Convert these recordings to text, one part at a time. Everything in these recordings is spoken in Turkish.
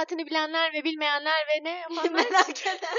saatini bilenler ve bilmeyenler ve ne yapanlar? Merak eden.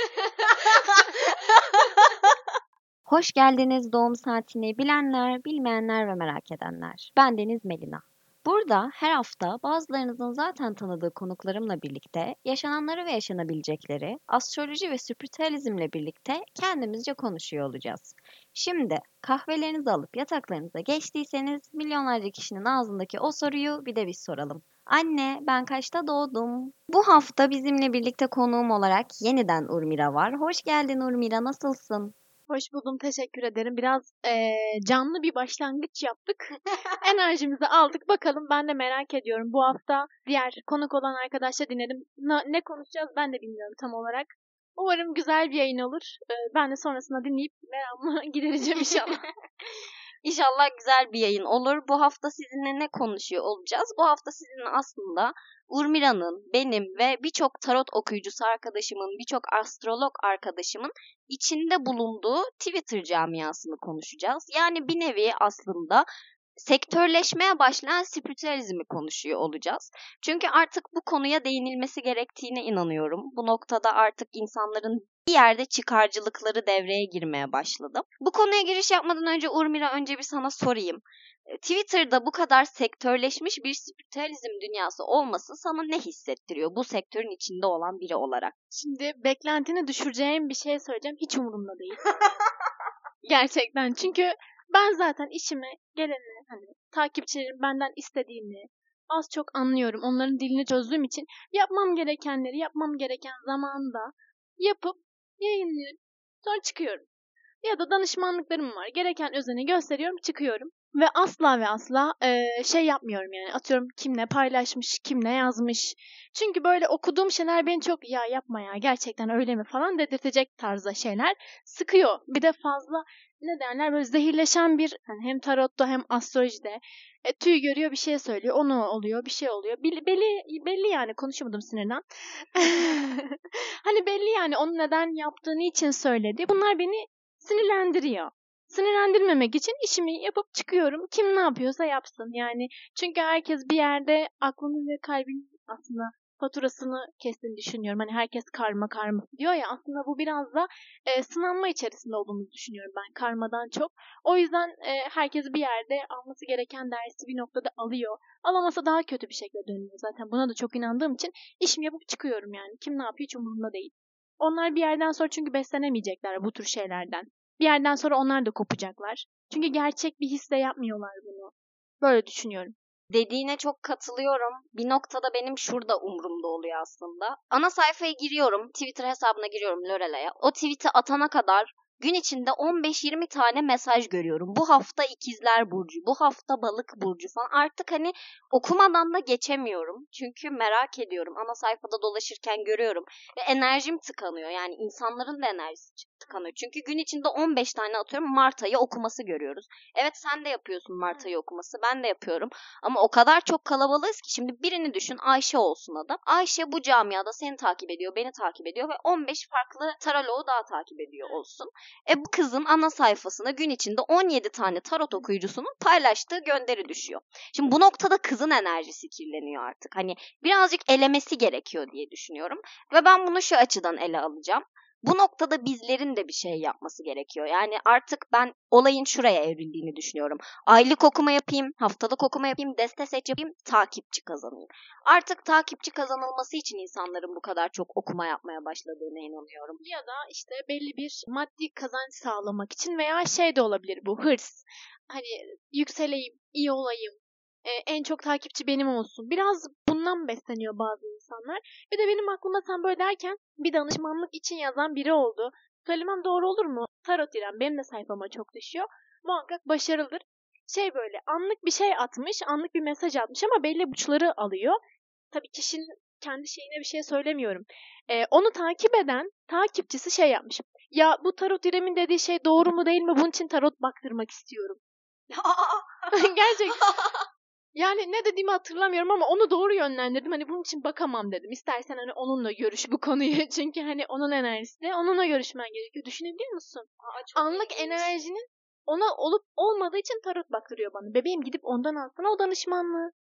Hoş geldiniz doğum saatini bilenler, bilmeyenler ve merak edenler. Ben Deniz Melina. Burada her hafta bazılarınızın zaten tanıdığı konuklarımla birlikte yaşananları ve yaşanabilecekleri, astroloji ve spiritüalizmle birlikte kendimizce konuşuyor olacağız. Şimdi kahvelerinizi alıp yataklarınıza geçtiyseniz milyonlarca kişinin ağzındaki o soruyu bir de biz soralım. Anne, ben kaçta doğdum? Bu hafta bizimle birlikte konuğum olarak yeniden Urmira var. Hoş geldin Urmira, nasılsın? Hoş buldum, teşekkür ederim. Biraz canlı bir başlangıç yaptık. Enerjimizi aldık. Bakalım, ben de merak ediyorum. Bu hafta diğer konuk olan arkadaşla dinledim. Ne konuşacağız ben de bilmiyorum tam olarak. Umarım güzel bir yayın olur. Ben de sonrasında dinleyip meramı gidereceğim inşallah. İnşallah güzel bir yayın olur. Bu hafta sizinle ne konuşuyor olacağız? Bu hafta sizinle aslında Urmira'nın, benim ve birçok tarot okuyucusu arkadaşımın, birçok astrolog arkadaşımın içinde bulunduğu Twitter camiasını konuşacağız. Yani bir nevi aslında sektörleşmeye başlayan spiritüalizmi konuşuyor olacağız. Çünkü artık bu konuya değinilmesi gerektiğine inanıyorum. Bu noktada artık insanların bir yerde çıkarcılıkları devreye girmeye başladı. Bu konuya giriş yapmadan önce Urmira, önce bir sana sorayım. Twitter'da bu kadar sektörleşmiş bir spiritüalizm dünyası olması sana ne hissettiriyor bu sektörün içinde olan biri olarak? Şimdi beklentini düşüreceğim bir şey söyleyeceğim. Hiç umurumda değil. Gerçekten. Çünkü ben zaten işime geleni, hani takipçilerim benden istediğini az çok anlıyorum. Onların dilini çözdüğüm için yapmam gerekenleri yapmam gereken zamanda yapıp yayınlayıp sonra çıkıyorum. Ya da danışmanlıklarım var. Gereken özeni gösteriyorum, çıkıyorum. Ve asla şey yapmıyorum yani. Atıyorum kim ne paylaşmış, kim ne yazmış. Çünkü böyle okuduğum şeyler beni çok ya yapma ya gerçekten öyle mi falan dedirtecek tarzda şeyler sıkıyor. Bir de fazla ne derler böyle zehirleşen bir hani hem tarotta hem astrolojide tüy görüyor bir şey söylüyor. Onu oluyor bir şey oluyor. Belli yani konuşamadım sinirden. Hani belli yani onu neden yaptığını için söyledi. Bunlar beni sinirlendiriyor. Sinirlendirmemek için işimi yapıp çıkıyorum. Kim ne yapıyorsa yapsın yani. Çünkü herkes bir yerde aklının ve kalbinin aslında faturasını kestiğini düşünüyorum. Hani herkes karma diyor ya, aslında bu biraz da sınanma içerisinde olduğumuzu düşünüyorum ben karmadan çok. O yüzden herkes bir yerde alması gereken dersi bir noktada alıyor. Alamasa daha kötü bir şekilde dönüyor. Zaten buna da çok inandığım için işimi yapıp çıkıyorum yani. Kim ne yapıyor hiç umurumda değil. Onlar bir yerden sonra çünkü beslenemeyecekler bu tür şeylerden. Bir yerden sonra onlar da kopacaklar. Çünkü gerçek bir hisle yapmıyorlar bunu. Böyle düşünüyorum. Dediğine çok katılıyorum. Bir noktada benim şurada umurumda oluyor aslında. Ana sayfaya giriyorum, Twitter hesabına giriyorum Lorelai'ya. O tweet'i atana kadar gün içinde 15-20 tane mesaj görüyorum. Bu hafta İkizler Burcu, bu hafta Balık Burcu falan. Artık hani okumadan da geçemiyorum. Çünkü merak ediyorum. Ana sayfada dolaşırken görüyorum. Ve enerjim tıkanıyor. Yani insanların da enerjisi tıkanıyor. Çünkü gün içinde 15 tane atıyorum Mart ayı okuması görüyoruz. Evet, sen de yapıyorsun Mart ayı okuması. Ben de yapıyorum. Ama o kadar çok kalabalığız ki şimdi birini düşün, Ayşe olsun adı. Ayşe bu camiada seni takip ediyor, beni takip ediyor ve 15 farklı taroloğu daha takip ediyor olsun. Bu kızın ana sayfasına gün içinde 17 tane tarot okuyucusunun paylaştığı gönderi düşüyor. Şimdi bu noktada kızın enerjisi kirleniyor artık. Hani birazcık elemesi gerekiyor diye düşünüyorum. Ve ben bunu şu açıdan ele alacağım. Bu noktada bizlerin de bir şey yapması gerekiyor. Yani artık ben olayın şuraya evrildiğini düşünüyorum. Aylık okuma yapayım, haftalık okuma yapayım, deste seç yapayım, takipçi kazanayım. Artık takipçi kazanılması için insanların bu kadar çok okuma yapmaya başladığına inanıyorum. Ya da işte belli bir maddi kazanç sağlamak için veya şey de olabilir bu, hırs. Hani yükseleyim, iyi olayım, en çok takipçi benim olsun. Biraz bundan besleniyor bazı insanlar. Bir de benim aklıma sen böyle derken bir danışmanlık için yazan biri oldu. Söylemem doğru olur mu? Tarot İrem benim de sayfama çok düşüyor. Muhakkak başarılıdır. Şey böyle anlık bir şey atmış, anlık bir mesaj atmış ama belli burçları alıyor. Tabii kişinin kendi şeyine bir şey söylemiyorum. Onu takip eden takipçisi şey yapmış. Ya bu Tarot İrem'in dediği şey doğru mu değil mi? Bunun için tarot baktırmak istiyorum. Gerçekten. Yani ne dediğimi hatırlamıyorum ama onu doğru yönlendirdim. Hani bunun için bakamam dedim. İstersen hani onunla görüş bu konuyu. Çünkü hani onun enerjisi de onunla görüşmen gerekiyor. Düşünebiliyor musun? Anlık enerjinin ona olup olmadığı için tarot baktırıyor bana. Bebeğim gidip ondan alsana o danışmanlığı.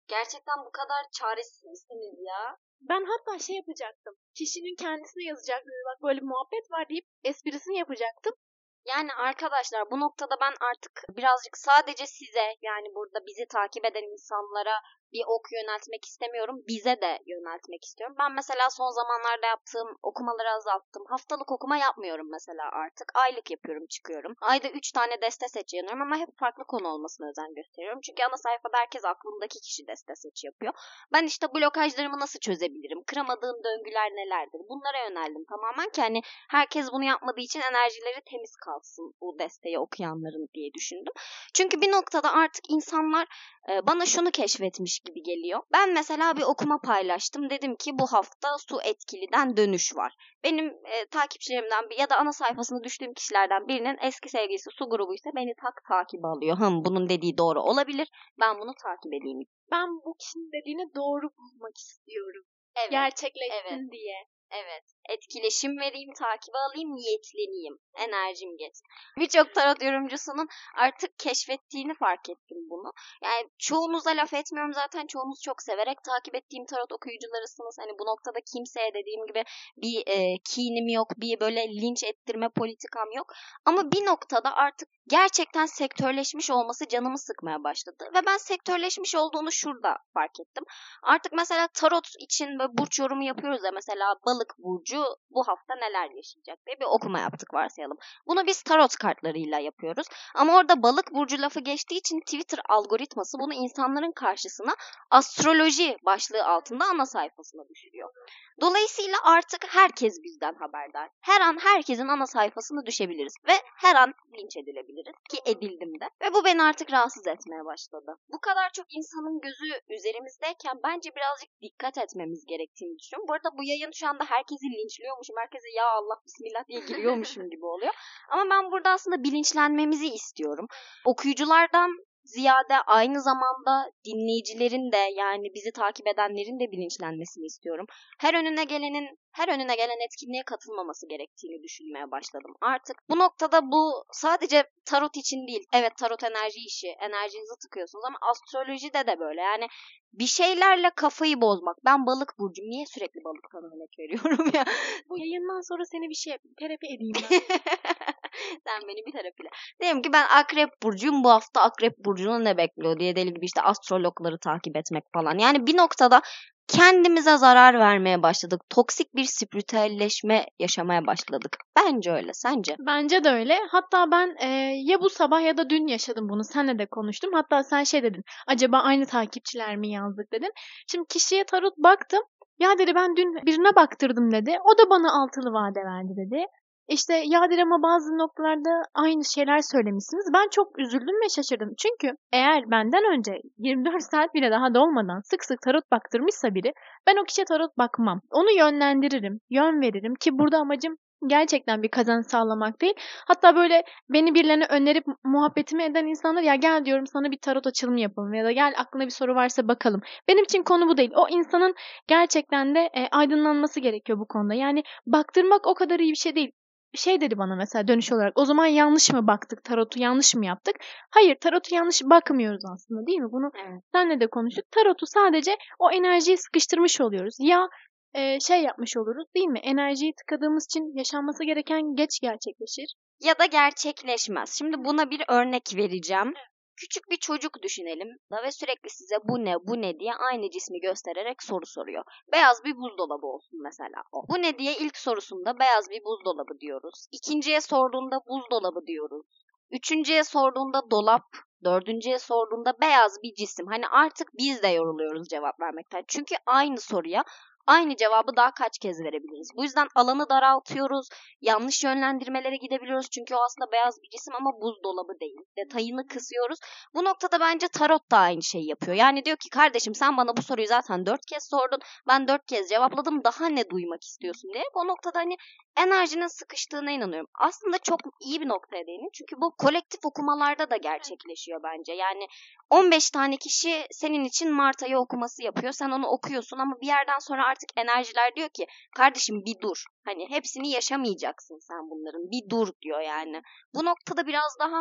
Gerçekten bu kadar çaresiz misiniz ya? Ben hatta şey yapacaktım. Kişinin kendisine yazacaktım. Bak böyle bir muhabbet var deyip esprisini yapacaktım. Yani arkadaşlar bu noktada ben artık birazcık sadece size, yani burada bizi takip eden insanlara bir ok yöneltmek istemiyorum. Bize de yöneltmek istiyorum. Ben mesela son zamanlarda yaptığım okumaları azalttım. Haftalık okuma yapmıyorum mesela artık. Aylık yapıyorum, çıkıyorum. Ayda 3 tane deste seçiyorum ama hep farklı konu olmasına özen gösteriyorum. Çünkü ana sayfada herkes aklındaki kişi deste seç yapıyor. Ben işte blokajlarımı nasıl çözebilirim? Kıramadığım döngüler nelerdir? Bunlara yöneldim tamamen ki hani herkes bunu yapmadığı için enerjileri temiz kalsın bu desteği okuyanların diye düşündüm. Çünkü bir noktada artık insanlar bana şunu keşfetmiş gibi geliyor. Ben mesela bir okuma paylaştım. Dedim ki bu hafta Su Etkili'den dönüş var. Benim takipçilerimden ya da ana sayfasına düştüğüm kişilerden birinin eski sevgilisi Su grubuysa beni takip alıyor. Bunun dediği doğru olabilir. Ben bunu takip edeyim. Ben bu kişinin dediğini doğru bulmak istiyorum. Evet. Gerçekleşsin diye. Evet. Etkileşim vereyim, takibe alayım, niyetleneyim. Enerjim geçsin. Birçok tarot yorumcusunun artık keşfettiğini fark ettim bunu. Yani çoğunuza laf etmiyorum zaten. Çoğunuz çok severek takip ettiğim tarot okuyucularısınız. Hani bu noktada kimseye dediğim gibi bir kinim yok, bir böyle linç ettirme politikam yok. Ama bir noktada artık gerçekten sektörleşmiş olması canımı sıkmaya başladı. Ve ben sektörleşmiş olduğunu şurada fark ettim. Artık mesela tarot için böyle burç yorumu yapıyoruz ya, mesela balık burcu bu hafta neler yaşayacak diye bir okuma yaptık varsayalım. Bunu biz tarot kartlarıyla yapıyoruz. Ama orada balık burcu lafı geçtiği için Twitter algoritması bunu insanların karşısına astroloji başlığı altında ana sayfasına düşürüyor. Dolayısıyla artık herkes bizden haberdar. Her an herkesin ana sayfasına düşebiliriz ve her an linç edilebiliriz ki edildim de. Ve bu beni artık rahatsız etmeye başladı. Bu kadar çok insanın gözü üzerimizdeyken bence birazcık dikkat etmemiz gerektiğini düşünüyorum. Bu arada bu yayın şu anda herkesi linçliyormuşum, herkese ya Allah bismillah diye giriyormuşum gibi oluyor. Ama ben burada aslında bilinçlenmemizi istiyorum. Okuyuculardan ziyade aynı zamanda dinleyicilerin de, yani bizi takip edenlerin de bilinçlenmesini istiyorum. Her önüne gelen etkinliğe katılmaması gerektiğini düşünmeye başladım. Artık bu noktada bu sadece tarot için değil. Evet, tarot enerji işi. Enerjinizi tıkıyorsunuz ama astrolojide de böyle. Yani bir şeylerle kafayı bozmak. Ben balık burcum. Niye sürekli balıktan örnek veriyorum ya? Bu yayından sonra seni bir şey terapi edeyim ben. Sen beni bir terapiyle. Diyelim ki ben akrep burcuyum. Bu hafta akrep burcunu ne bekliyor diye deli gibi işte astrologları takip etmek falan. Yani bir noktada kendimize zarar vermeye başladık. Toksik bir spiritüelleşme yaşamaya başladık. Bence öyle. Sence? Bence de öyle. Hatta ben ya bu sabah ya da dün yaşadım bunu. Seninle de konuştum. Hatta sen şey dedin. Acaba aynı takipçiler mi yazdık dedin. Şimdi kişiye tarot baktım. Ya dedi ben dün birine baktırdım dedi. O da bana altılı vade verdi dedi. İşte ya dedi ama bazı noktalarda aynı şeyler söylemişsiniz. Ben çok üzüldüm ve şaşırdım. Çünkü eğer benden önce 24 saat bile daha dolmadan sık sık tarot baktırmışsa biri, ben o kişiye tarot bakmam. Onu yönlendiririm, yön veririm ki burada amacım gerçekten bir kazanç sağlamak değil. Hatta böyle beni birilerine önerip muhabbetimi eden insanlar ya gel diyorum sana bir tarot açılımı yapalım ya da gel aklına bir soru varsa bakalım. Benim için konu bu değil. O insanın gerçekten de aydınlanması gerekiyor bu konuda. Yani baktırmak o kadar iyi bir şey değil. Şey dedi bana mesela dönüş olarak o zaman yanlış mı baktık, tarotu yanlış mı yaptık? Hayır, tarotu yanlış bakmıyoruz aslında değil mi? Bunu senle de konuştuk. Tarotu sadece o enerjiyi sıkıştırmış oluyoruz. Ya şey yapmış oluruz değil mi? Enerjiyi tıkadığımız için yaşanması gereken geç gerçekleşir. Ya da gerçekleşmez. Şimdi buna bir örnek vereceğim. Küçük bir çocuk düşünelim ve sürekli size bu ne diye aynı cismi göstererek soru soruyor. Beyaz bir buzdolabı olsun mesela o. Bu ne diye ilk sorusunda beyaz bir buzdolabı diyoruz. İkinciye sorduğunda buzdolabı diyoruz. Üçüncüye sorduğunda dolap. Dördüncüye sorduğunda beyaz bir cisim. Hani artık biz de yoruluyoruz cevap vermekten. Çünkü aynı soruya aynı cevabı daha kaç kez verebiliriz. Bu yüzden alanı daraltıyoruz. Yanlış yönlendirmelere gidebiliyoruz. Çünkü o aslında beyaz bir cisim ama buzdolabı değil. Detayını kısıyoruz. Bu noktada bence tarot da aynı şeyi yapıyor. Yani diyor ki kardeşim sen bana bu soruyu zaten 4 kez sordun. Ben 4 kez cevapladım. Daha ne duymak istiyorsun diye. O noktada hani enerjinin sıkıştığına inanıyorum. Aslında çok iyi bir noktaya değindin. Çünkü bu kolektif okumalarda da gerçekleşiyor bence. Yani 15 tane kişi senin için Mart ayı okuması yapıyor. Sen onu okuyorsun ama bir yerden sonra artık enerjiler diyor ki kardeşim bir dur. Hani hepsini yaşamayacaksın sen bunların. Bir dur diyor yani. Bu noktada biraz daha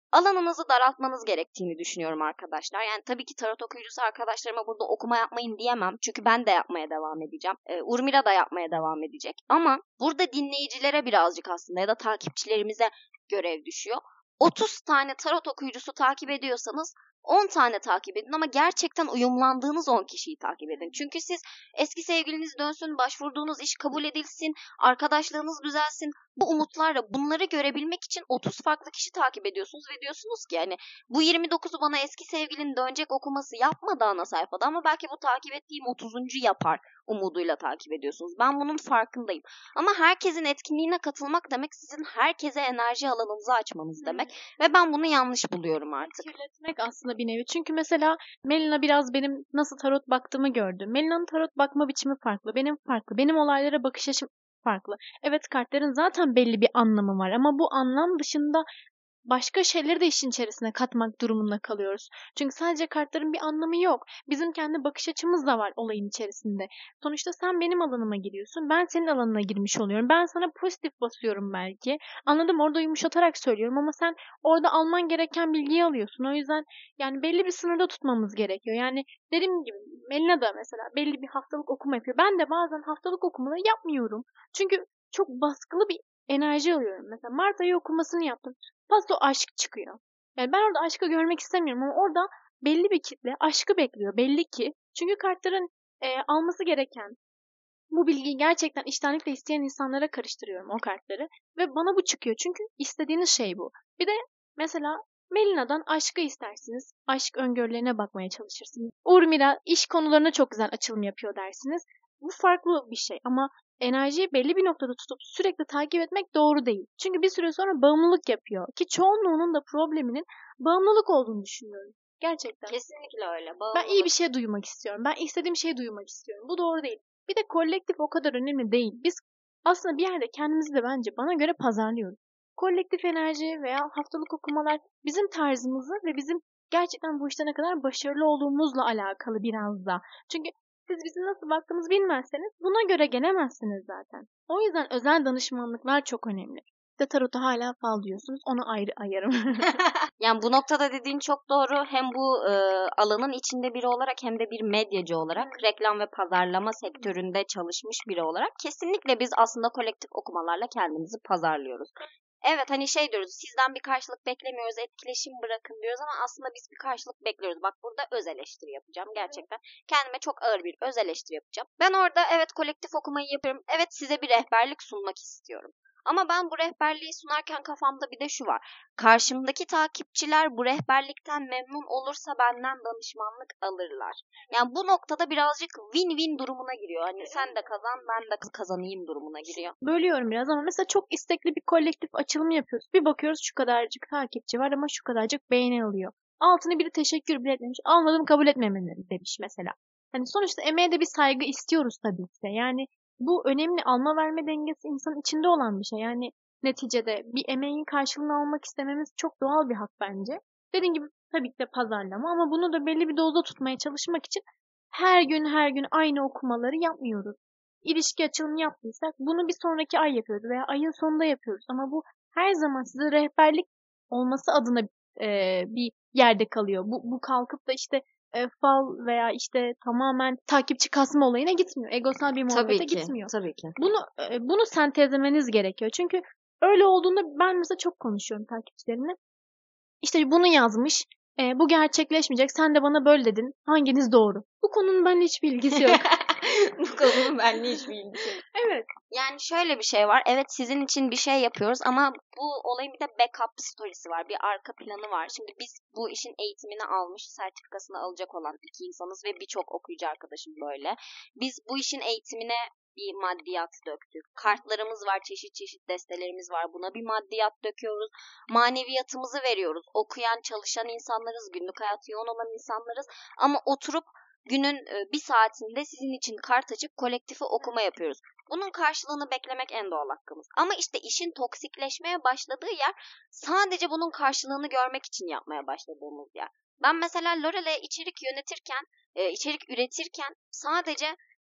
alanınızı daraltmanız gerektiğini düşünüyorum arkadaşlar. Yani tabii ki tarot okuyucusu arkadaşlarıma burada okuma yapmayın diyemem. Çünkü ben de yapmaya devam edeceğim. Urmila da yapmaya devam edecek. Ama burada dinleyicilere birazcık aslında ya da takipçilerimize görev düşüyor. 30 tane tarot okuyucusu takip ediyorsanız 10 tane takip edin ama gerçekten uyumlandığınız 10 kişiyi takip edin. Çünkü siz eski sevgiliniz dönsün, başvurduğunuz iş kabul edilsin, arkadaşlığınız düzelsin. Bu umutlarla bunları görebilmek için 30 farklı kişi takip ediyorsunuz ve diyorsunuz ki yani bu 29'u bana eski sevgilinin dönecek okuması yapmadı ana sayfada ama belki bu takip ettiğim 30'uncu yapar umuduyla takip ediyorsunuz. Ben bunun farkındayım. Ama herkesin etkinliğine katılmak demek sizin herkese enerji alanınızı açmanız demek ve ben bunu yanlış buluyorum artık. Kirletmek aslında bir nevi. Çünkü mesela Melina biraz benim nasıl tarot baktığımı gördü. Melina'nın tarot bakma biçimi farklı. Benim farklı. Benim olaylara bakış açım farklı. Evet, kartların zaten belli bir anlamı var ama bu anlam dışında başka şeyleri de işin içerisine katmak durumunda kalıyoruz. Çünkü sadece kartların bir anlamı yok. Bizim kendi bakış açımız da var olayın içerisinde. Sonuçta sen benim alanıma giriyorsun. Ben senin alanına girmiş oluyorum. Ben sana pozitif basıyorum belki. Anladım, orada yumuşatarak söylüyorum ama sen orada alman gereken bilgiyi alıyorsun. O yüzden yani belli bir sınırda tutmamız gerekiyor. Yani dediğim gibi Melina da mesela belli bir haftalık okuma yapıyor. Ben de bazen haftalık okumaları yapmıyorum. Çünkü çok baskılı bir enerji alıyorum. Mesela Mart ayı okumasını yaptım. Paso aşk çıkıyor. Yani ben orada aşkı görmek istemiyorum ama orada belli bir kitle aşkı bekliyor belli ki. Çünkü kartların alması gereken bu bilgiyi gerçekten içtenlikle isteyen insanlara karıştırıyorum o kartları. Ve bana bu çıkıyor çünkü istediğiniz şey bu. Bir de mesela Melina'dan aşkı istersiniz. Aşk öngörülerine bakmaya çalışırsınız. Urmila iş konularına çok güzel açılım yapıyor dersiniz. Bu farklı bir şey ama enerjiyi belli bir noktada tutup sürekli takip etmek doğru değil. Çünkü bir süre sonra bağımlılık yapıyor. Ki çoğunluğunun da probleminin bağımlılık olduğunu düşünüyorum. Gerçekten. Kesinlikle öyle. Ben iyi bir şey duymak istiyorum. Ben istediğim şeyi duymak istiyorum. Bu doğru değil. Bir de kolektif o kadar önemli değil. Biz aslında bir yerde kendimizi de bence bana göre pazarlıyoruz. Kolektif enerji veya haftalık okumalar bizim tarzımızı ve bizim gerçekten bu işte ne kadar başarılı olduğumuzla alakalı biraz da. Çünkü siz bizim nasıl baktığımızı bilmezseniz buna göre gelemezsiniz zaten. O yüzden özel danışmanlıklar çok önemli. De tarota hala fal diyorsunuz. Onu ayrı ayarım. Yani bu noktada dediğin çok doğru. Hem bu alanın içinde biri olarak hem de bir medyacı olarak, reklam ve pazarlama sektöründe çalışmış biri olarak kesinlikle biz aslında kolektif okumalarla kendimizi pazarlıyoruz. Evet, hani şey diyoruz, sizden bir karşılık beklemiyoruz, etkileşim bırakın diyoruz ama aslında biz bir karşılık bekliyoruz. Bak, burada öz eleştiri yapacağım gerçekten. Kendime çok ağır bir öz eleştiri yapacağım. Ben orada evet kolektif okumayı yapıyorum. Evet, size bir rehberlik sunmak istiyorum. Ama ben bu rehberliği sunarken kafamda bir de şu var. Karşımdaki takipçiler bu rehberlikten memnun olursa benden danışmanlık alırlar. Yani bu noktada birazcık win-win durumuna giriyor. Hani sen de kazan, ben de kazanayım durumuna giriyor. Bölüyorum biraz ama mesela çok istekli bir kolektif açılım yapıyoruz. Bir bakıyoruz şu kadarcık takipçi var ama şu kadarcık beğeni alıyor. Altını biri teşekkür bile etmemiş. Almadım, kabul etmemeli demiş mesela. Hani sonuçta emeğe de bir saygı istiyoruz tabii ki de. Yani bu önemli, alma verme dengesi insanın içinde olan bir şey. Yani neticede bir emeğin karşılığını almak istememiz çok doğal bir hak bence. Dediğim gibi tabii ki de pazarlama ama bunu da belli bir dozda tutmaya çalışmak için her gün aynı okumaları yapmıyoruz. İlişki açılımı yaptıysak bunu bir sonraki ay yapıyoruz veya ayın sonunda yapıyoruz. Ama bu her zaman size rehberlik olması adına bir yerde kalıyor. Bu kalkıp da işte fal veya işte tamamen takipçi kasma olayına gitmiyor. Egosal bir muhabbete gitmiyor. Tabii ki. Bunu sentezlemeniz gerekiyor. Çünkü öyle olduğunda ben mesela çok konuşuyorum takipçilerimle. İşte bunu yazmış. Bu gerçekleşmeyecek. Sen de bana böyle dedin. Hanginiz doğru? Bu konunun benimle hiçbir ilgisi yok. Bu konunun benimle hiçbir ilgisi yok. Evet. Yani şöyle bir şey var. Evet, sizin için bir şey yapıyoruz ama bu olayın bir de backup story'si var. Bir arka planı var. Şimdi biz bu işin eğitimini almış, sertifikasını alacak olan iki insanız ve birçok okuyucu arkadaşım böyle. Biz bu işin eğitimine bir maddiyat döktük. Kartlarımız var, çeşit çeşit destelerimiz var. Buna bir maddiyat döküyoruz. Maneviyatımızı veriyoruz. Okuyan, çalışan insanlarız, günlük hayatı yoğun olan insanlarız. Ama oturup günün bir saatinde sizin için kart açıp kolektifi okuma yapıyoruz. Bunun karşılığını beklemek en doğal hakkımız. Ama işte işin toksikleşmeye başladığı yer sadece bunun karşılığını görmek için yapmaya başladığımız yer. Ben mesela Lorelai'ye içerik yönetirken, içerik üretirken sadece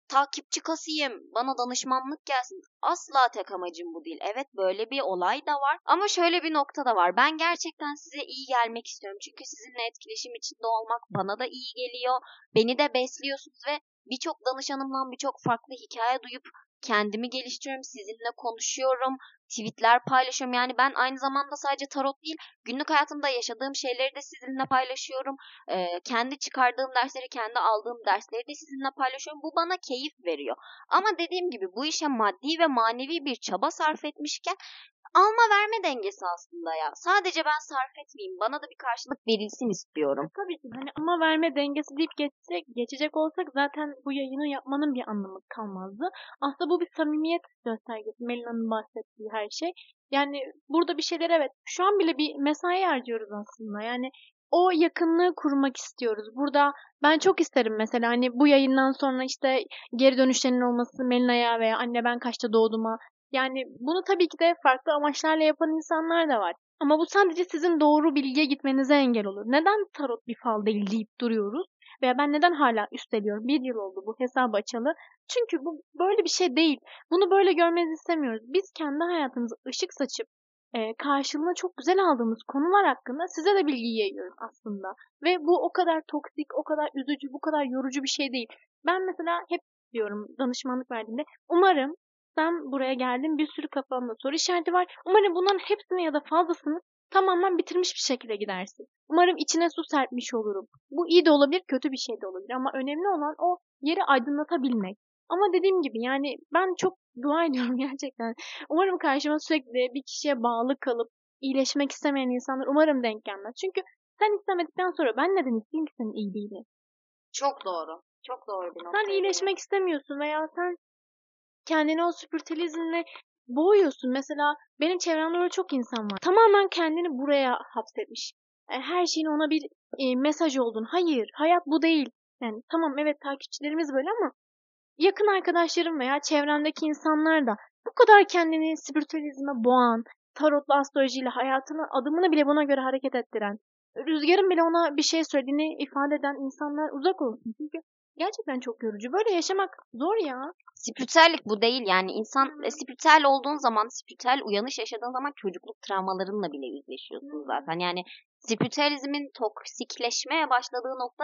takipçi kasayım, bana danışmanlık gelsin. Asla tek amacım bu değil. Evet, böyle bir olay da var ama şöyle bir nokta da var. Ben gerçekten size iyi gelmek istiyorum. Çünkü sizinle etkileşim içinde olmak bana da iyi geliyor. Beni de besliyorsunuz ve birçok danışanımdan birçok farklı hikaye duyup kendimi geliştiriyorum. Sizinle konuşuyorum. Tweetler paylaşıyorum. Yani ben aynı zamanda sadece tarot değil, günlük hayatımda yaşadığım şeyleri de sizinle paylaşıyorum. Kendi çıkardığım dersleri, kendi aldığım dersleri de sizinle paylaşıyorum. Bu bana keyif veriyor. Ama dediğim gibi bu işe maddi ve manevi bir çaba sarf etmişken alma verme dengesi aslında ya. Sadece ben sarf etmeyeyim. Bana da bir karşılık verilsin istiyorum. Tabii ki hani ama verme dengesi deyip geçecek olsak zaten bu yayını yapmanın bir anlamı kalmazdı. Aslında bu bir samimiyet göstergesi. Melina'nın bahsettiği her şey. Yani burada bir şeyler evet şu an bile bir mesai harcıyoruz aslında. Yani o yakınlığı kurmak istiyoruz. Burada ben çok isterim mesela hani bu yayından sonra işte geri dönüşlerin olması Melina'ya veya anne ben kaçta doğduğuma. Yani bunu tabii ki de farklı amaçlarla yapan insanlar da var. Ama bu sadece sizin doğru bilgiye gitmenize engel olur. Neden tarot bir fal değil deyip duruyoruz? Veya ben neden hala üsteliyorum? 1 yıl oldu bu hesabı açalı. Çünkü bu böyle bir şey değil. Bunu böyle görmenizi istemiyoruz. Biz kendi hayatımıza ışık saçıp karşılığında çok güzel aldığımız konular hakkında size de bilgi yayıyoruz aslında. Ve bu o kadar toksik, o kadar üzücü, bu kadar yorucu bir şey değil. Ben mesela hep diyorum danışmanlık verdiğimde umarım sen buraya geldin bir sürü kafamda soru işareti var. Umarım bunların hepsini ya da fazlasını tamamen bitirmiş bir şekilde gidersin. Umarım içine su serpmiş olurum. Bu iyi de olabilir, kötü bir şey de olabilir ama önemli olan o yeri aydınlatabilmek. Ama dediğim gibi yani ben çok dua ediyorum gerçekten. Umarım karşıma sürekli bir kişiye bağlı kalıp iyileşmek istemeyen insanlar umarım denk gelmez. Çünkü sen istemedikten sonra ben neden isteyeyim ki senin iyiliğini? Çok doğru. Çok doğru bir nokta. Sen iyileşmek istemiyorsun veya sen kendini o spiritualizmle boğuyorsun. Mesela benim çevremde öyle çok insan var. Tamamen kendini buraya hapsetmiş. Her şeyin ona bir mesaj olduğunu. Hayır, hayat bu değil. Yani tamam evet takipçilerimiz böyle ama yakın arkadaşlarım veya çevremdeki insanlar da bu kadar kendini spiritüalizme boğan, tarotla astrolojiyle hayatını adımını bile buna göre hareket ettiren, rüzgarın bile ona bir şey söylediğini ifade eden insanlar uzak olsun. Çünkü gerçekten çok yorucu. Böyle yaşamak zor ya. Spiritüellik bu değil yani insan spiritüel olduğun zaman, spiritüel uyanış yaşadığın zaman çocukluk travmalarınla bile yüzleşiyorsun zaten. Yani spiritüalizmin toksikleşmeye başladığı nokta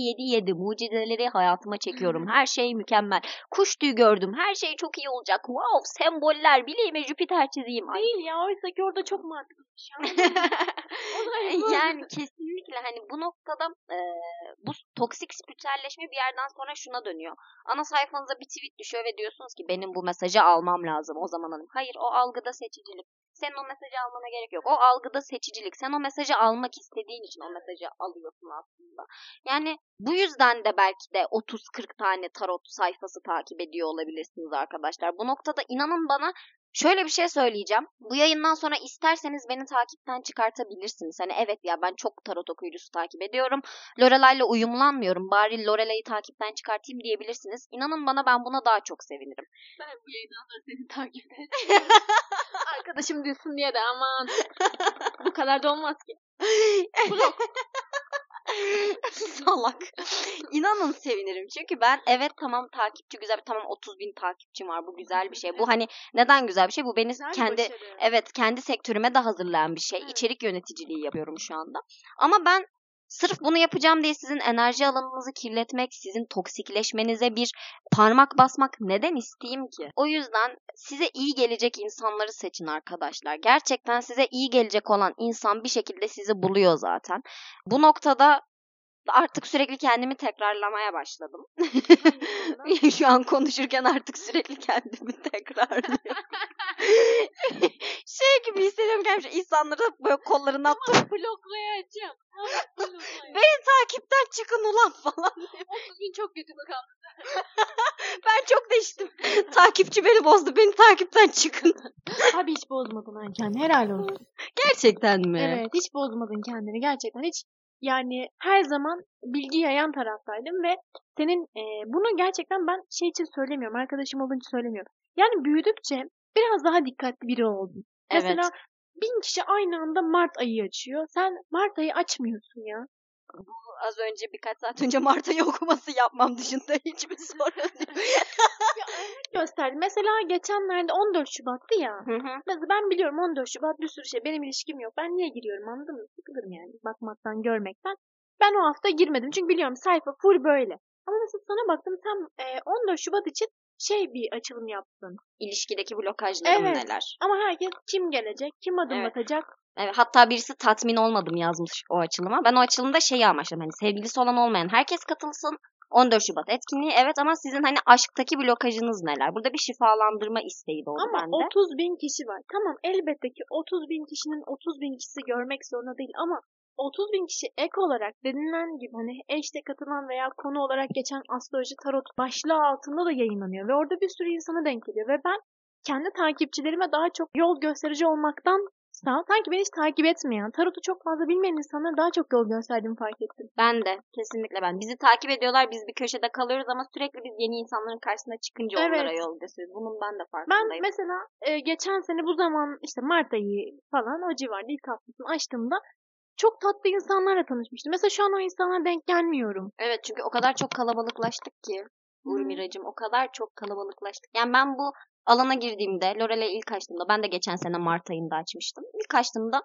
7 mucizeleri hayatıma çekiyorum. Her şey mükemmel. Kuş tüyü gördüm. Her şey çok iyi olacak. Wow, semboller, bileğime Jüpiter çizeyim. Ay. Değil ya oysa ki orada çok mantıklıymış ya. Yani kesinlikle hani bu noktada bu toksik spiritüelleşme bir yerden sonra şuna dönüyor. Ana sayfanıza bir tweet düşüyor ve diyorsunuz ki benim bu mesajı almam lazım o zaman hanım. Hayır, o algıda seçicilik. Senin o mesajı almana gerek yok. O algıda seçicilik. Sen o mesajı almak istediğin için o mesajı alıyorsun aslında. Yani bu yüzden de belki de 30-40 tane tarot sayfası takip ediyor olabilirsiniz arkadaşlar. Bu noktada inanın bana şöyle bir şey söyleyeceğim. Bu yayından sonra isterseniz beni takipten çıkartabilirsiniz. Hani evet ya ben çok tarot okuyucusu takip ediyorum. Lorelay'la uyumlanmıyorum. Bari Lorelay'ı takipten çıkartayım diyebilirsiniz. İnanın bana ben buna daha çok sevinirim. Ben bu yayından sonra seni takip edeceğim. Arkadaşım diyorsun diye de aman bu kadar da olmaz ki. Blok. Salak. İnanın sevinirim. Çünkü ben evet tamam takipçi güzel. Tamam 30.000 takipçim var. Bu güzel bir şey. Bu hani neden güzel bir şey? Bu beni kendi sektörüme de hazırlayan bir şey. Evet. İçerik yöneticiliği yapıyorum şu anda. Ama ben sırf bunu yapacağım diye sizin enerji alanınızı kirletmek, sizin toksikleşmenize bir parmak basmak neden isteyeyim ki? O yüzden size iyi gelecek insanları seçin arkadaşlar. Gerçekten size iyi gelecek olan insan bir şekilde sizi buluyor zaten. Bu noktada artık sürekli kendimi tekrarlamaya başladım. Şu an konuşurken artık sürekli kendimi tekrarlıyorum. Gibi hissediyorum kendimi. İnsanları böyle kollarına tutup Bloklayacağım. beni takipten çıkın ulan falan. 30.000 çok kötü bakalım. Ben çok değiştim. Takipçi beni bozdu. Beni takipten çıkın. Abi hiç bozmadın ha kendini. Helal olsun. Gerçekten mi? Evet hiç bozmadın kendini. Gerçekten hiç yani her zaman bilgi yayan taraftaydım ve senin bunu gerçekten ben şey için söylemiyorum. Arkadaşım olduğu için söylemiyorum. Yani büyüdükçe biraz daha dikkatli biri oldun. Evet. Mesela 1000 kişi aynı anda Mart ayı açıyor. Sen Mart ayı açmıyorsun ya. Az önce birkaç saat önce Mart ayı okuması yapmam dışında hiçbir sorun yok. Gösterdi. Mesela geçenlerde 14 Şubat'tı ya. Hı hı. Mesela ben biliyorum 14 Şubat bir sürü şey. Benim ilişkim yok. Ben niye giriyorum anladın mı? Sıkılırım yani. Bakmaktan, görmekten. Ben o hafta girmedim. Çünkü biliyorum sayfa full böyle. Ama mesela sana baktım sen 14 Şubat için bir açılım yaptın. İlişkideki blokajlarım Evet. neler? Ama herkes kim gelecek, kim adım Evet. atacak. Evet, hatta birisi tatmin olmadım yazmış o açılıma. Ben o açılımda şeyi amaçladım. Hani sevgilisi olan olmayan herkes katılsın. 14 Şubat etkinliği evet ama sizin hani aşktaki blokajınız neler? Burada bir şifalandırma isteği doğdu Ama bende. 30 bin kişi var. Tamam elbette ki 30 bin kişinin 30 bin kişisi görmek zorunda değil ama 30 bin kişi ek olarak denilen gibi hani eşte katılan veya konu olarak geçen astroloji tarot başlığı altında da yayınlanıyor. Ve orada bir sürü insana denk geliyor. Ve ben kendi takipçilerime daha çok yol gösterici olmaktan sanki beni hiç takip etmeyen, tarotu çok fazla bilmeyen insanlara daha çok yol gösterdiğimi fark ettim. Ben de kesinlikle ben. Bizi takip ediyorlar, biz bir köşede kalıyoruz ama sürekli biz yeni insanların karşısına çıkınca onlara Evet. yol gösteriyoruz. Bunun ben de Ben farkındayım. mesela geçen sene bu zaman işte Mart ayı falan o civarda ilk haftasını açtığımda çok tatlı insanlarla tanışmıştım. Mesela şu an o insanlara denk gelmiyorum. Evet çünkü o kadar çok kalabalıklaştık ki. Urmiracığım o kadar çok kalabalıklaştık. Yani ben bu alana girdiğimde, Lorel'e ilk açtığımda, ben de geçen sene Mart ayında açmıştım. İlk açtığımda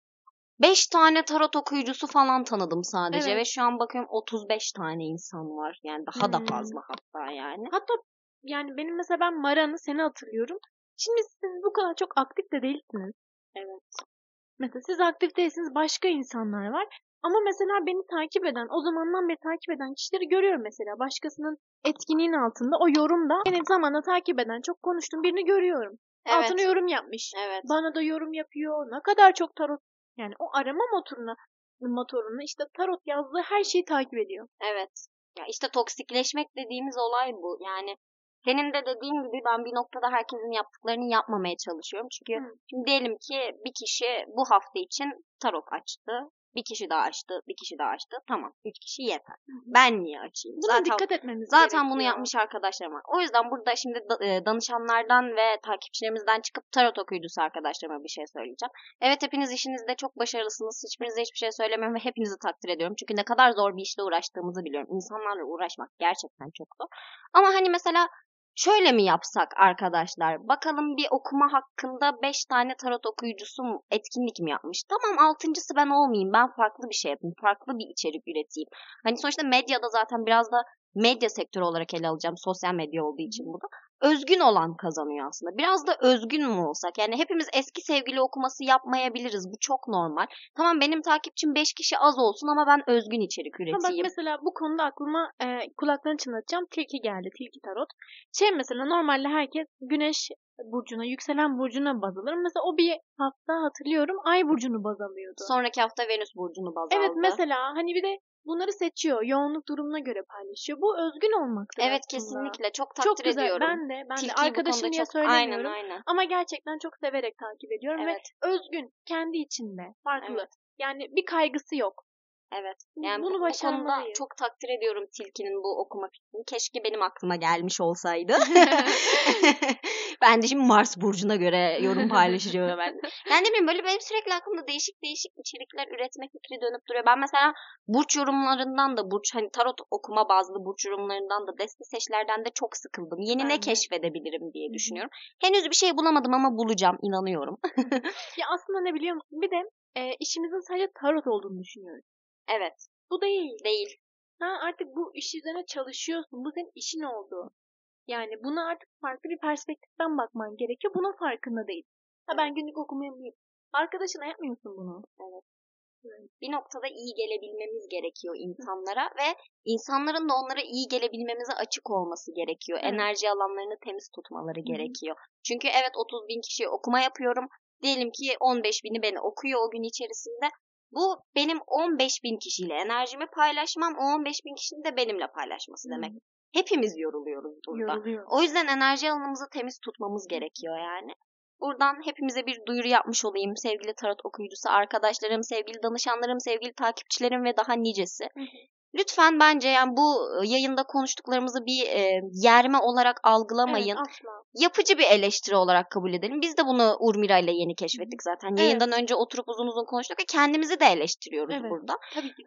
5 tane tarot okuyucusu falan tanıdım sadece. Evet. Ve şu an bakıyorum 35 tane insan var. Yani daha da fazla hatta yani. Hatta yani benim mesela ben Maran'ı seni hatırlıyorum. Şimdi siz bu kadar çok aktif de değilsiniz. Evet. Mesela siz aktif değilsiniz, başka insanlar var. Ama mesela beni takip eden, o zamandan beri takip eden kişileri görüyorum mesela. Başkasının etkinliğin altında o yorumda beni zamanla takip eden, çok konuştuğum birini görüyorum. Evet. Altına yorum yapmış. Evet. Bana da yorum yapıyor. Ne kadar çok tarot. Yani o arama motoruna işte tarot yazdığı her şeyi takip ediyor. Evet. Ya işte toksikleşmek dediğimiz olay bu. Yani senin de dediğin gibi ben bir noktada herkesin yaptıklarını yapmamaya çalışıyorum. Çünkü şimdi diyelim ki bir kişi bu hafta için tarot açtı. Bir kişi daha açtı, bir kişi daha açtı. Tamam, 3 kişi yeter. Ben niye açayım? Buna dikkat etmemiz gerekiyor. Zaten bunu yapmış arkadaşlarım var. O yüzden burada şimdi danışanlardan ve takipçilerimizden çıkıp tarot okuyucusu arkadaşlarıma bir şey söyleyeceğim. Evet hepiniz işinizde çok başarılısınız. Hiçbirinize hiçbir şey söylemiyorum ve hepinizi takdir ediyorum. Çünkü ne kadar zor bir işle uğraştığımızı biliyorum. İnsanlarla uğraşmak gerçekten çok zor. Ama hani mesela şöyle mi yapsak arkadaşlar? Bakalım bir okuma hakkında 5 tane tarot okuyucusu mu, etkinlik mi yapmış? Tamam 6.'sı ben olmayayım. Ben farklı bir şey yapayım. Farklı bir içerik üreteyim. Hani sonuçta medyada zaten biraz da medya sektörü olarak ele alacağım. Sosyal medya olduğu için bu da. Özgün olan kazanıyor aslında. Biraz da özgün mü olsak? Yani hepimiz eski sevgili okuması yapmayabiliriz. Bu çok normal. Tamam benim takipçim 5 kişi az olsun ama ben özgün içerik üreteyim. Bak mesela bu konuda aklıma kulaklarını çınlatacağım. Tilki geldi. Tilki tarot. Mesela normalde herkes güneş burcuna, yükselen burcuna baz alır. Mesela o bir hafta hatırlıyorum ay burcunu baz alıyordu. Sonraki hafta Venüs burcunu baz aldı. Evet mesela hani bir de bunları seçiyor. Yoğunluk durumuna göre paylaşıyor. Bu özgün olmaktır evet aslında. kesinlikle. Çok takdir çok güzel. ediyorum. Ben de Tilkiyi arkadaşım diye söylemiyorum. Aynen. Ama gerçekten çok severek takip ediyorum. Evet. Ve özgün. Kendi içinde. Farklı. Evet. Yani bir kaygısı yok. Evet. Yani bunu bu konuda başarmalıyız. çok takdir ediyorum Tilki'nin bu okuma fikrini. Keşke benim aklıma gelmiş olsaydı. Ben de şimdi Mars burcuna göre yorum paylaşacağım hemen. Yani ne bileyim böyle benim sürekli aklımda değişik içerikler üretme fikri dönüp duruyor. Ben mesela burç yorumlarından da hani tarot okuma bazlı burç yorumlarından da deste seçlerden de çok sıkıldım. Yeni ne keşfedebilirim diye düşünüyorum. Henüz bir şey bulamadım ama bulacağım inanıyorum. Ya aslında ne biliyor musun? Bir de işimizin sadece tarot olduğunu düşünüyoruz. Evet. Bu değil. Değil. Artık bu iş üzerine çalışıyorsun. Bu senin işin oldu. Yani buna artık farklı bir perspektiften bakman gerekiyor. Bunun farkında değil. Ben günlük okuma yapayım. Arkadaşına yapmıyorsun bunu. Evet. Bir noktada iyi gelebilmemiz gerekiyor insanlara ve insanların da onlara iyi gelebilmemize açık olması gerekiyor. Evet. Enerji alanlarını temiz tutmaları gerekiyor. Çünkü evet 30.000 kişiye okuma yapıyorum. Diyelim ki 15.000'i beni okuyor o gün içerisinde. Bu benim 15.000 kişiyle enerjimi paylaşmam, o 15.000 kişinin de benimle paylaşması demek. Hepimiz yoruluyoruz burada. O yüzden enerji alanımızı temiz tutmamız gerekiyor yani. Buradan hepimize bir duyuru yapmış olayım. Sevgili tarot okuyucusu arkadaşlarım, sevgili danışanlarım, sevgili takipçilerim ve daha nicesi. Lütfen bence yani bu yayında konuştuklarımızı bir yerme olarak algılamayın. Evet, asla. Yapıcı bir eleştiri olarak kabul edelim. Biz de bunu Urmira ile yeni keşfettik zaten. Yayından önce oturup uzun uzun konuştuk ve kendimizi de eleştiriyoruz burada. Tabii ki de.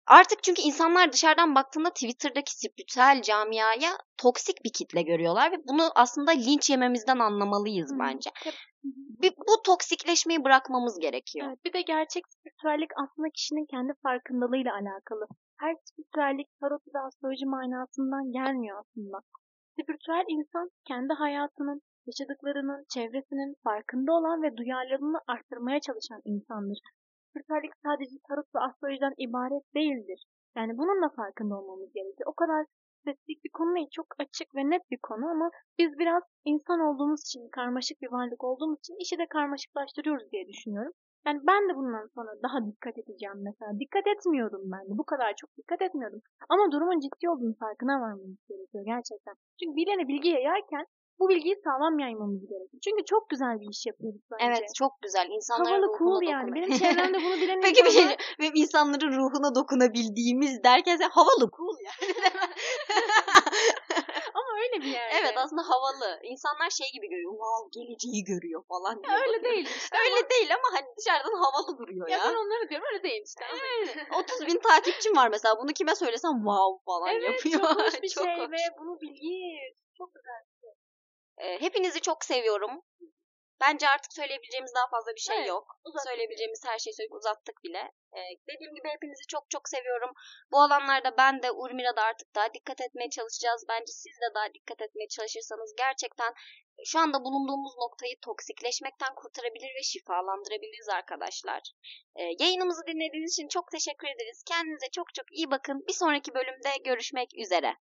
Artık çünkü insanlar dışarıdan baktığında Twitter'daki spiritüel camiaya toksik bir kitle görüyorlar ve bunu aslında linç yememizden anlamalıyız bence. Bu toksikleşmeyi bırakmamız gerekiyor. Evet, bir de gerçek spiritüellik aslında kişinin kendi farkındalığıyla alakalı. Her spiritüellik tarot ve astroloji manasından gelmiyor aslında. Spiritüel insan kendi hayatının, yaşadıklarının, çevresinin farkında olan ve duyarlılığını arttırmaya çalışan insandır. Spiritüellik sadece tarot ve astrolojiden ibaret değildir. Yani bunun da farkında olmamız gerekiyor. O kadar spesifik bir konu değil, çok açık ve net bir konu ama biz biraz insan olduğumuz için, karmaşık bir varlık olduğumuz için işi de karmaşıklaştırıyoruz diye düşünüyorum. Yani ben de bundan sonra daha dikkat edeceğim mesela. Dikkat etmiyordum ben de. Bu kadar çok dikkat etmiyordum. Ama durumun ciddi olduğunu farkına varmamız gerekiyor gerçekten. Çünkü bilene bilgi yayarken bu bilgiyi sağlam yaymamız gerekiyor. Çünkü çok güzel bir iş yapıyoruz bence. Evet, çok güzel. İnsanların Havalı, ruhuna cool yani. Benim çevremde bunu bilen Peki bir şey insanlar... benim insanların ruhuna dokunabildiğimiz derken sen havalı, cool yani. Ama öyle bir yerde. Evet, aslında havalı. İnsanlar şey gibi görüyor. Wow, geleceği görüyor falan diye. Öyle değil işte. Öyle değil ama hani dışarıdan havalı duruyor ya. Ya ben onları diyorum, öyle değil işte. 30.000 takipçim var mesela. Bunu kime söylesem wow falan yapıyor. Evet, çok hoş bir Çok şey hoş. ve bunu bilgiyiz. Çok güzel. Hepinizi çok seviyorum. Bence artık söyleyebileceğimiz daha fazla bir şey Evet, yok. uzattık. Söyleyebileceğimiz her şeyi söyleyip uzattık bile. Dediğim gibi hepinizi çok çok seviyorum. Bu alanlarda ben de Urmira da artık daha dikkat etmeye çalışacağız. Bence siz de daha dikkat etmeye çalışırsanız gerçekten şu anda bulunduğumuz noktayı toksikleşmekten kurtarabilir ve şifalandırabiliriz arkadaşlar. Yayınımızı dinlediğiniz için çok teşekkür ederiz. Kendinize çok çok iyi bakın. Bir sonraki bölümde görüşmek üzere.